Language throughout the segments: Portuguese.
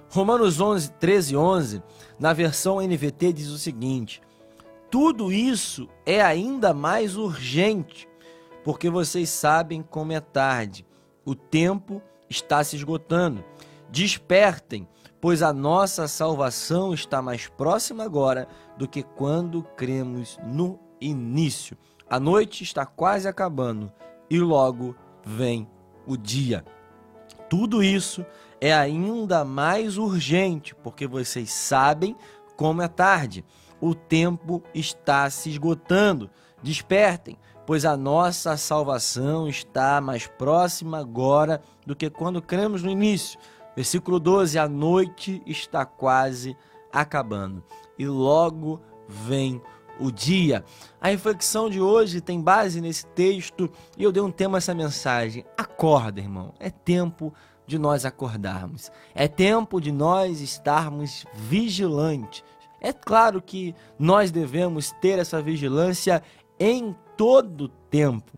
Romanos 11, 13 e 11, na versão NVT, diz o seguinte: tudo isso é ainda mais urgente, porque vocês sabem como é tarde. O tempo está se esgotando. Despertem, pois a nossa salvação está mais próxima agora do que quando cremos no início. A noite está quase acabando e logo vem o dia. Tudo isso é ainda mais urgente, porque vocês sabem como é tarde. O tempo está se esgotando. Despertem, pois a nossa salvação está mais próxima agora do que quando cremos no início. Versículo 12, a noite está quase acabando e logo vem o dia. A reflexão de hoje tem base nesse texto e eu dei um tema a essa mensagem. Acorda, irmão. É tempo de nós acordarmos. É tempo de nós estarmos vigilantes. É claro que nós devemos ter essa vigilância em todo o tempo,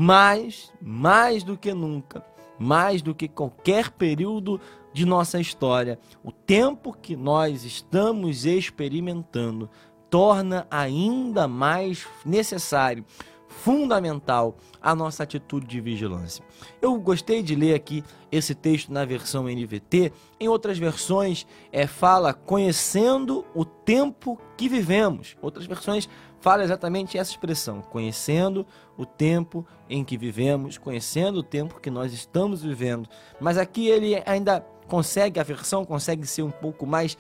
mas mais do que nunca, mais do que qualquer período de nossa história, o tempo que nós estamos experimentando torna ainda mais necessário, fundamental, a nossa atitude de vigilância. Eu gostei de ler aqui esse texto na versão NVT. Em outras versões fala conhecendo o tempo que vivemos. Outras versões fala exatamente essa expressão, conhecendo o tempo em que vivemos, conhecendo o tempo que nós estamos vivendo. Mas aqui ele ainda a versão consegue ser um pouco mais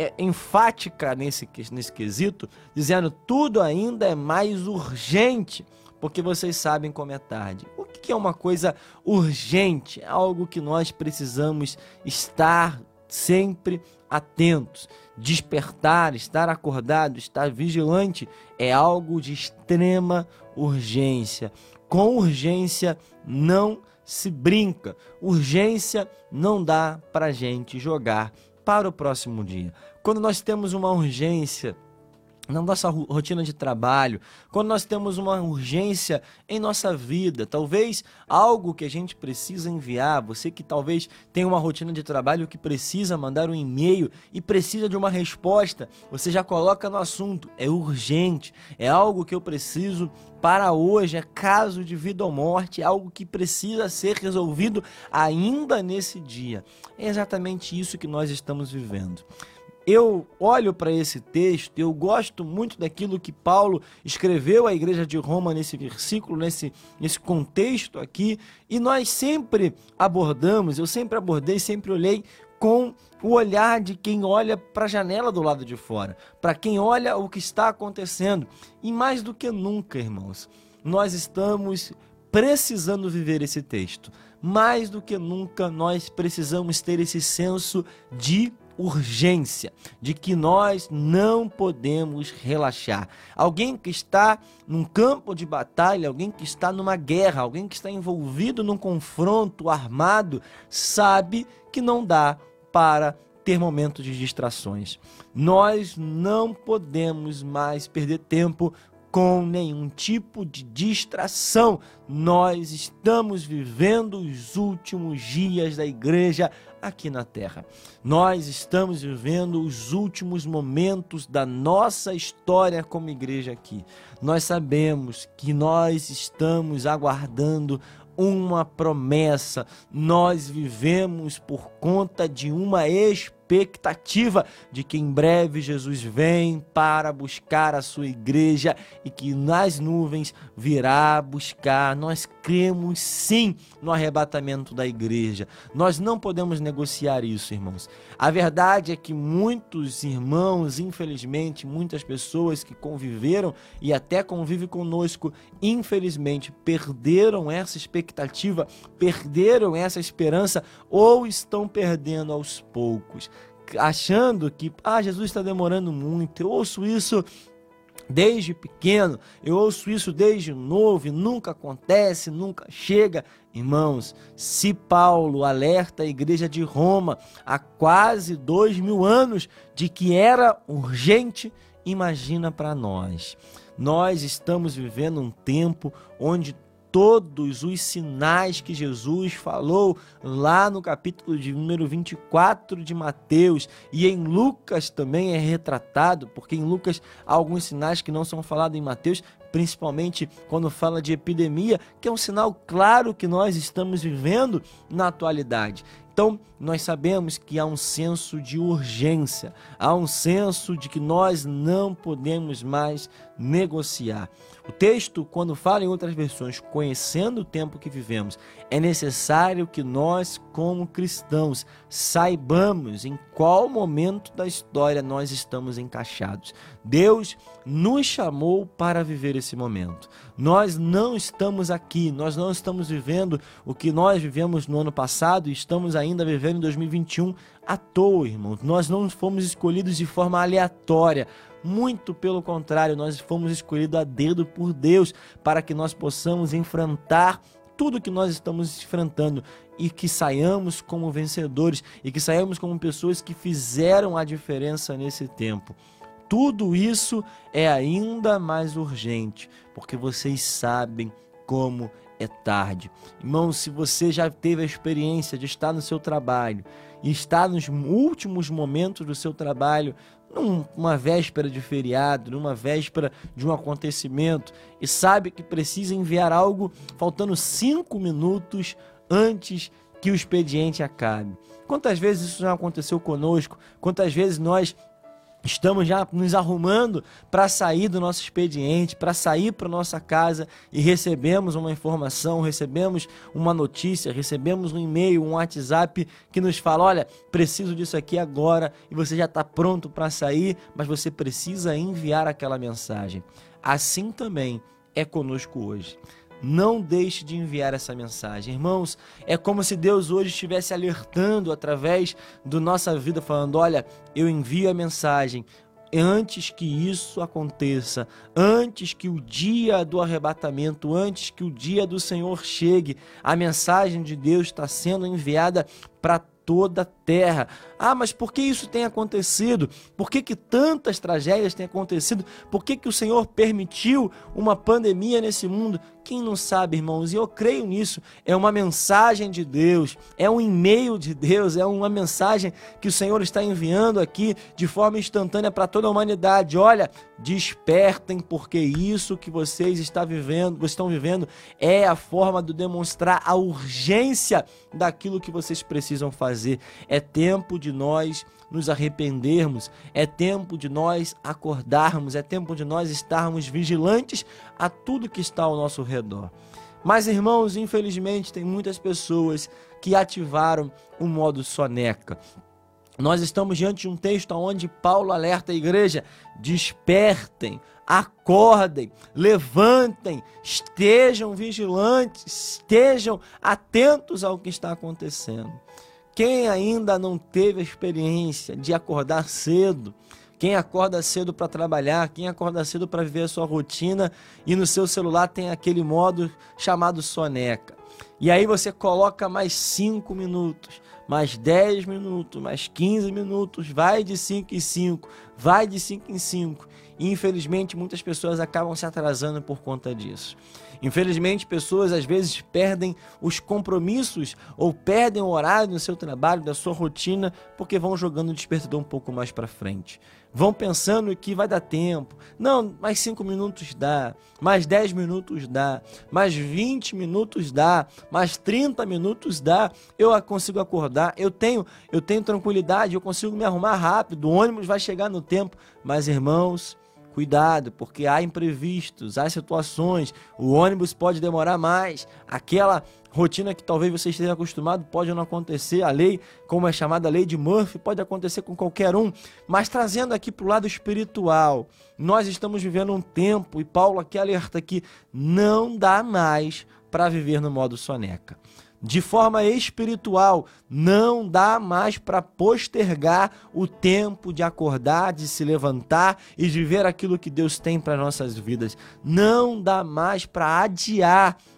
enfática nesse quesito, dizendo tudo ainda é mais urgente, porque vocês sabem como é tarde. O que é uma coisa urgente? É algo que nós precisamos estar sempre atentos, despertar, estar acordado, estar vigilante, é algo de extrema urgência. Com urgência não se brinca, urgência não dá para a gente jogar para o próximo dia. Quando nós temos uma urgência na nossa rotina de trabalho, quando nós temos uma urgência em nossa vida, talvez algo que a gente precisa enviar, você que talvez tenha uma rotina de trabalho que precisa mandar um e-mail e precisa de uma resposta, você já coloca no assunto, é urgente, é algo que eu preciso para hoje, é caso de vida ou morte, é algo que precisa ser resolvido ainda nesse dia. É exatamente isso que nós estamos vivendo. Eu olho para esse texto, eu gosto muito daquilo que Paulo escreveu à igreja de Roma nesse versículo, nesse contexto aqui, e nós sempre abordamos, eu sempre abordei, sempre olhei com o olhar de quem olha para a janela do lado de fora, para quem olha o que está acontecendo. E mais do que nunca, irmãos, nós estamos precisando viver esse texto. Mais do que nunca, nós precisamos ter esse senso de urgência, de que nós não podemos relaxar. Alguém que está num campo de batalha, alguém que está numa guerra, alguém que está envolvido num confronto armado, sabe que não dá para ter momentos de distrações. Nós não podemos mais perder tempo com nenhum tipo de distração. Nós estamos vivendo os últimos dias da igreja aqui na terra. Nós estamos vivendo os últimos momentos da nossa história como igreja aqui. Nós sabemos que nós estamos aguardando uma promessa. Nós vivemos por conta de uma expectativa de que em breve Jesus vem para buscar a sua igreja e que nas nuvens virá buscar. Nós cremos sim no arrebatamento da igreja. Nós não podemos negociar isso, irmãos. A verdade é que muitos irmãos, infelizmente, muitas pessoas que conviveram e até convivem conosco, infelizmente, perderam essa expectativa, perderam essa esperança ou estão perdendo aos poucos, achando que Jesus está demorando muito. Eu ouço isso desde pequeno, eu ouço isso desde novo e nunca acontece, nunca chega. Irmãos, se Paulo alerta a igreja de Roma há quase 2000 anos de que era urgente, imagina para nós. Nós estamos vivendo um tempo onde todos os sinais que Jesus falou lá no capítulo de número 24 de Mateus, e em Lucas também é retratado, porque em Lucas há alguns sinais que não são falados em Mateus, principalmente quando fala de epidemia, que é um sinal claro que nós estamos vivendo na atualidade. Então, nós sabemos que há um senso de urgência, há um senso de que nós não podemos mais negociar. O texto, quando fala em outras versões, conhecendo o tempo que vivemos, é necessário que nós, como cristãos, saibamos em qual momento da história nós estamos encaixados. Deus nos chamou para viver esse momento. Nós não estamos aqui, nós não estamos vivendo o que nós vivemos no ano passado e estamos ainda vivendo em 2021 à toa, irmãos. Nós não fomos escolhidos de forma aleatória. Muito pelo contrário, nós fomos escolhidos a dedo por Deus para que nós possamos enfrentar tudo que nós estamos enfrentando e que saiamos como vencedores e que saiamos como pessoas que fizeram a diferença nesse tempo. Tudo isso é ainda mais urgente, porque vocês sabem como é tarde. Irmãos, se você já teve a experiência de estar no seu trabalho e estar nos últimos momentos do seu trabalho, numa véspera de feriado, numa véspera de um acontecimento, e sabe que precisa enviar algo faltando 5 minutos antes que o expediente acabe. Quantas vezes isso já aconteceu conosco? Quantas vezes nós estamos já nos arrumando para sair do nosso expediente, para sair para nossa casa e recebemos uma informação, recebemos uma notícia, recebemos um e-mail, um WhatsApp que nos fala, olha, preciso disso aqui agora, e você já está pronto para sair, mas você precisa enviar aquela mensagem. Assim também é conosco hoje. Não deixe de enviar essa mensagem. Irmãos, é como se Deus hoje estivesse alertando através da nossa vida, falando, olha, eu envio a mensagem antes que isso aconteça, antes que o dia do arrebatamento, antes que o dia do Senhor chegue, a mensagem de Deus está sendo enviada para toda a terra. Ah, mas por que isso tem acontecido? Por que tantas tragédias têm acontecido? Por que o Senhor permitiu uma pandemia nesse mundo? Quem não sabe, irmãos, e eu creio nisso, é uma mensagem de Deus, é um e-mail de Deus, é uma mensagem que o Senhor está enviando aqui de forma instantânea para toda a humanidade. Olha, despertem, porque isso que vocês estão vivendo é a forma de demonstrar a urgência daquilo que vocês precisam fazer. É tempo de nós nos arrependermos, é tempo de nós acordarmos, é tempo de nós estarmos vigilantes a tudo que está ao nosso redor. Mas, irmãos, infelizmente tem muitas pessoas que ativaram o modo soneca. Nós estamos diante de um texto onde Paulo alerta a igreja: despertem, acordem, levantem, estejam vigilantes, estejam atentos ao que está acontecendo. Quem ainda não teve a experiência de acordar cedo, quem acorda cedo para trabalhar, quem acorda cedo para viver a sua rotina e no seu celular tem aquele modo chamado soneca. E aí você coloca mais 5 minutos, mais 10 minutos, mais 15 minutos, vai de 5 em 5, vai de 5 em 5. E infelizmente muitas pessoas acabam se atrasando por conta disso. Infelizmente, pessoas às vezes perdem os compromissos ou perdem o horário no seu trabalho, da sua rotina, porque vão jogando o despertador um pouco mais para frente. Vão pensando que vai dar tempo. Não, mais 5 minutos dá, mais 10 minutos dá, mais 20 minutos dá, mais 30 minutos dá. Eu consigo acordar, eu tenho tranquilidade, eu consigo me arrumar rápido, o ônibus vai chegar no tempo. Mas, irmãos, cuidado, porque há imprevistos, há situações, o ônibus pode demorar mais, aquela rotina que talvez você esteja acostumado pode não acontecer, a lei, como é chamada a lei de Murphy, pode acontecer com qualquer um, mas trazendo aqui para o lado espiritual, nós estamos vivendo um tempo, e Paulo aqui alerta que não dá mais para viver no modo soneca. De forma espiritual, não dá mais para postergar o tempo de acordar, de se levantar e de viver aquilo que Deus tem para nossas vidas. Não dá mais para adiar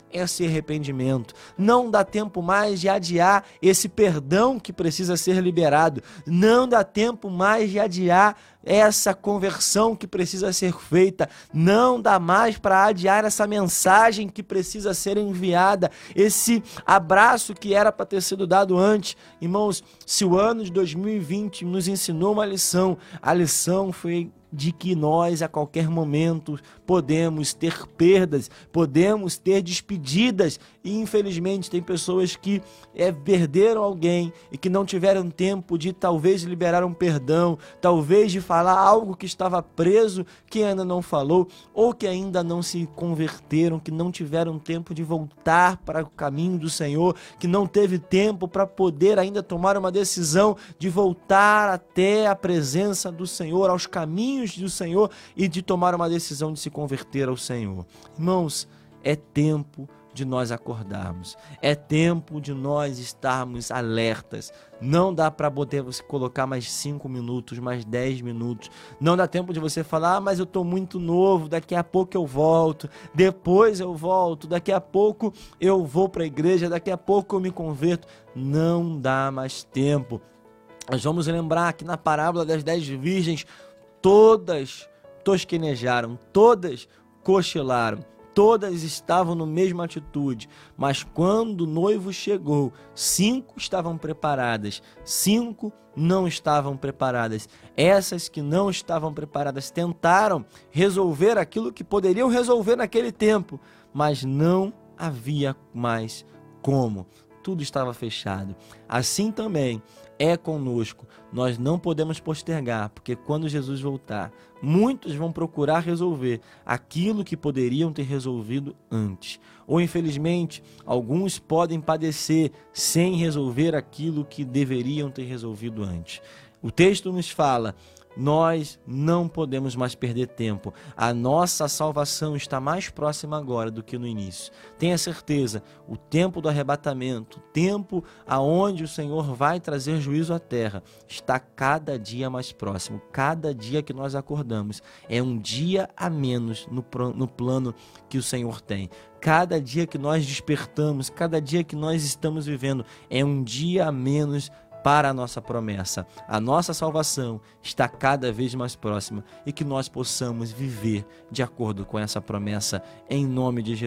esse arrependimento. Não dá tempo mais de adiar esse perdão que precisa ser liberado. Não dá tempo mais de adiar essa conversão que precisa ser feita. Não dá mais para adiar essa mensagem que precisa ser enviada, esse abraço que era para ter sido dado antes. Irmãos, se o ano de 2020 nos ensinou uma lição, a lição foi de que nós a qualquer momento podemos ter perdas, podemos ter despedidas, e infelizmente tem pessoas que perderam alguém e que não tiveram tempo de talvez liberar um perdão, talvez de falar algo que estava preso, que ainda não falou, ou que ainda não se converteram, que não tiveram tempo de voltar para o caminho do Senhor, que não teve tempo para poder ainda tomar uma decisão de voltar até a presença do Senhor, aos caminhos do Senhor, e de tomar uma decisão de se converter ao Senhor. Irmãos, é tempo de nós acordarmos, é tempo de nós estarmos alertas. Não dá para poder você colocar mais 5 minutos, mais 10 minutos, não dá tempo de você falar, mas eu estou muito novo, daqui a pouco eu volto, depois eu volto, daqui a pouco eu vou para a igreja, daqui a pouco eu me converto. Não dá mais tempo. Nós vamos lembrar que na parábola das 10 virgens, todas tosquenejaram, todas cochilaram, todas estavam na mesma atitude, mas quando o noivo chegou, 5 estavam preparadas, 5 não estavam preparadas. Essas que não estavam preparadas tentaram resolver aquilo que poderiam resolver naquele tempo, mas não havia mais como. Tudo estava fechado. Assim também é conosco. Nós não podemos postergar, porque quando Jesus voltar, muitos vão procurar resolver aquilo que poderiam ter resolvido antes. Ou, infelizmente, alguns podem padecer sem resolver aquilo que deveriam ter resolvido antes. O texto nos fala: nós não podemos mais perder tempo. A nossa salvação está mais próxima agora do que no início. Tenha certeza, o tempo do arrebatamento, o tempo aonde o Senhor vai trazer juízo à terra, está cada dia mais próximo. Cada dia que nós acordamos é um dia a menos no plano que o Senhor tem. Cada dia que nós despertamos, cada dia que nós estamos vivendo é um dia a menos para a nossa promessa. A nossa salvação está cada vez mais próxima, e que nós possamos viver de acordo com essa promessa, em nome de Jesus.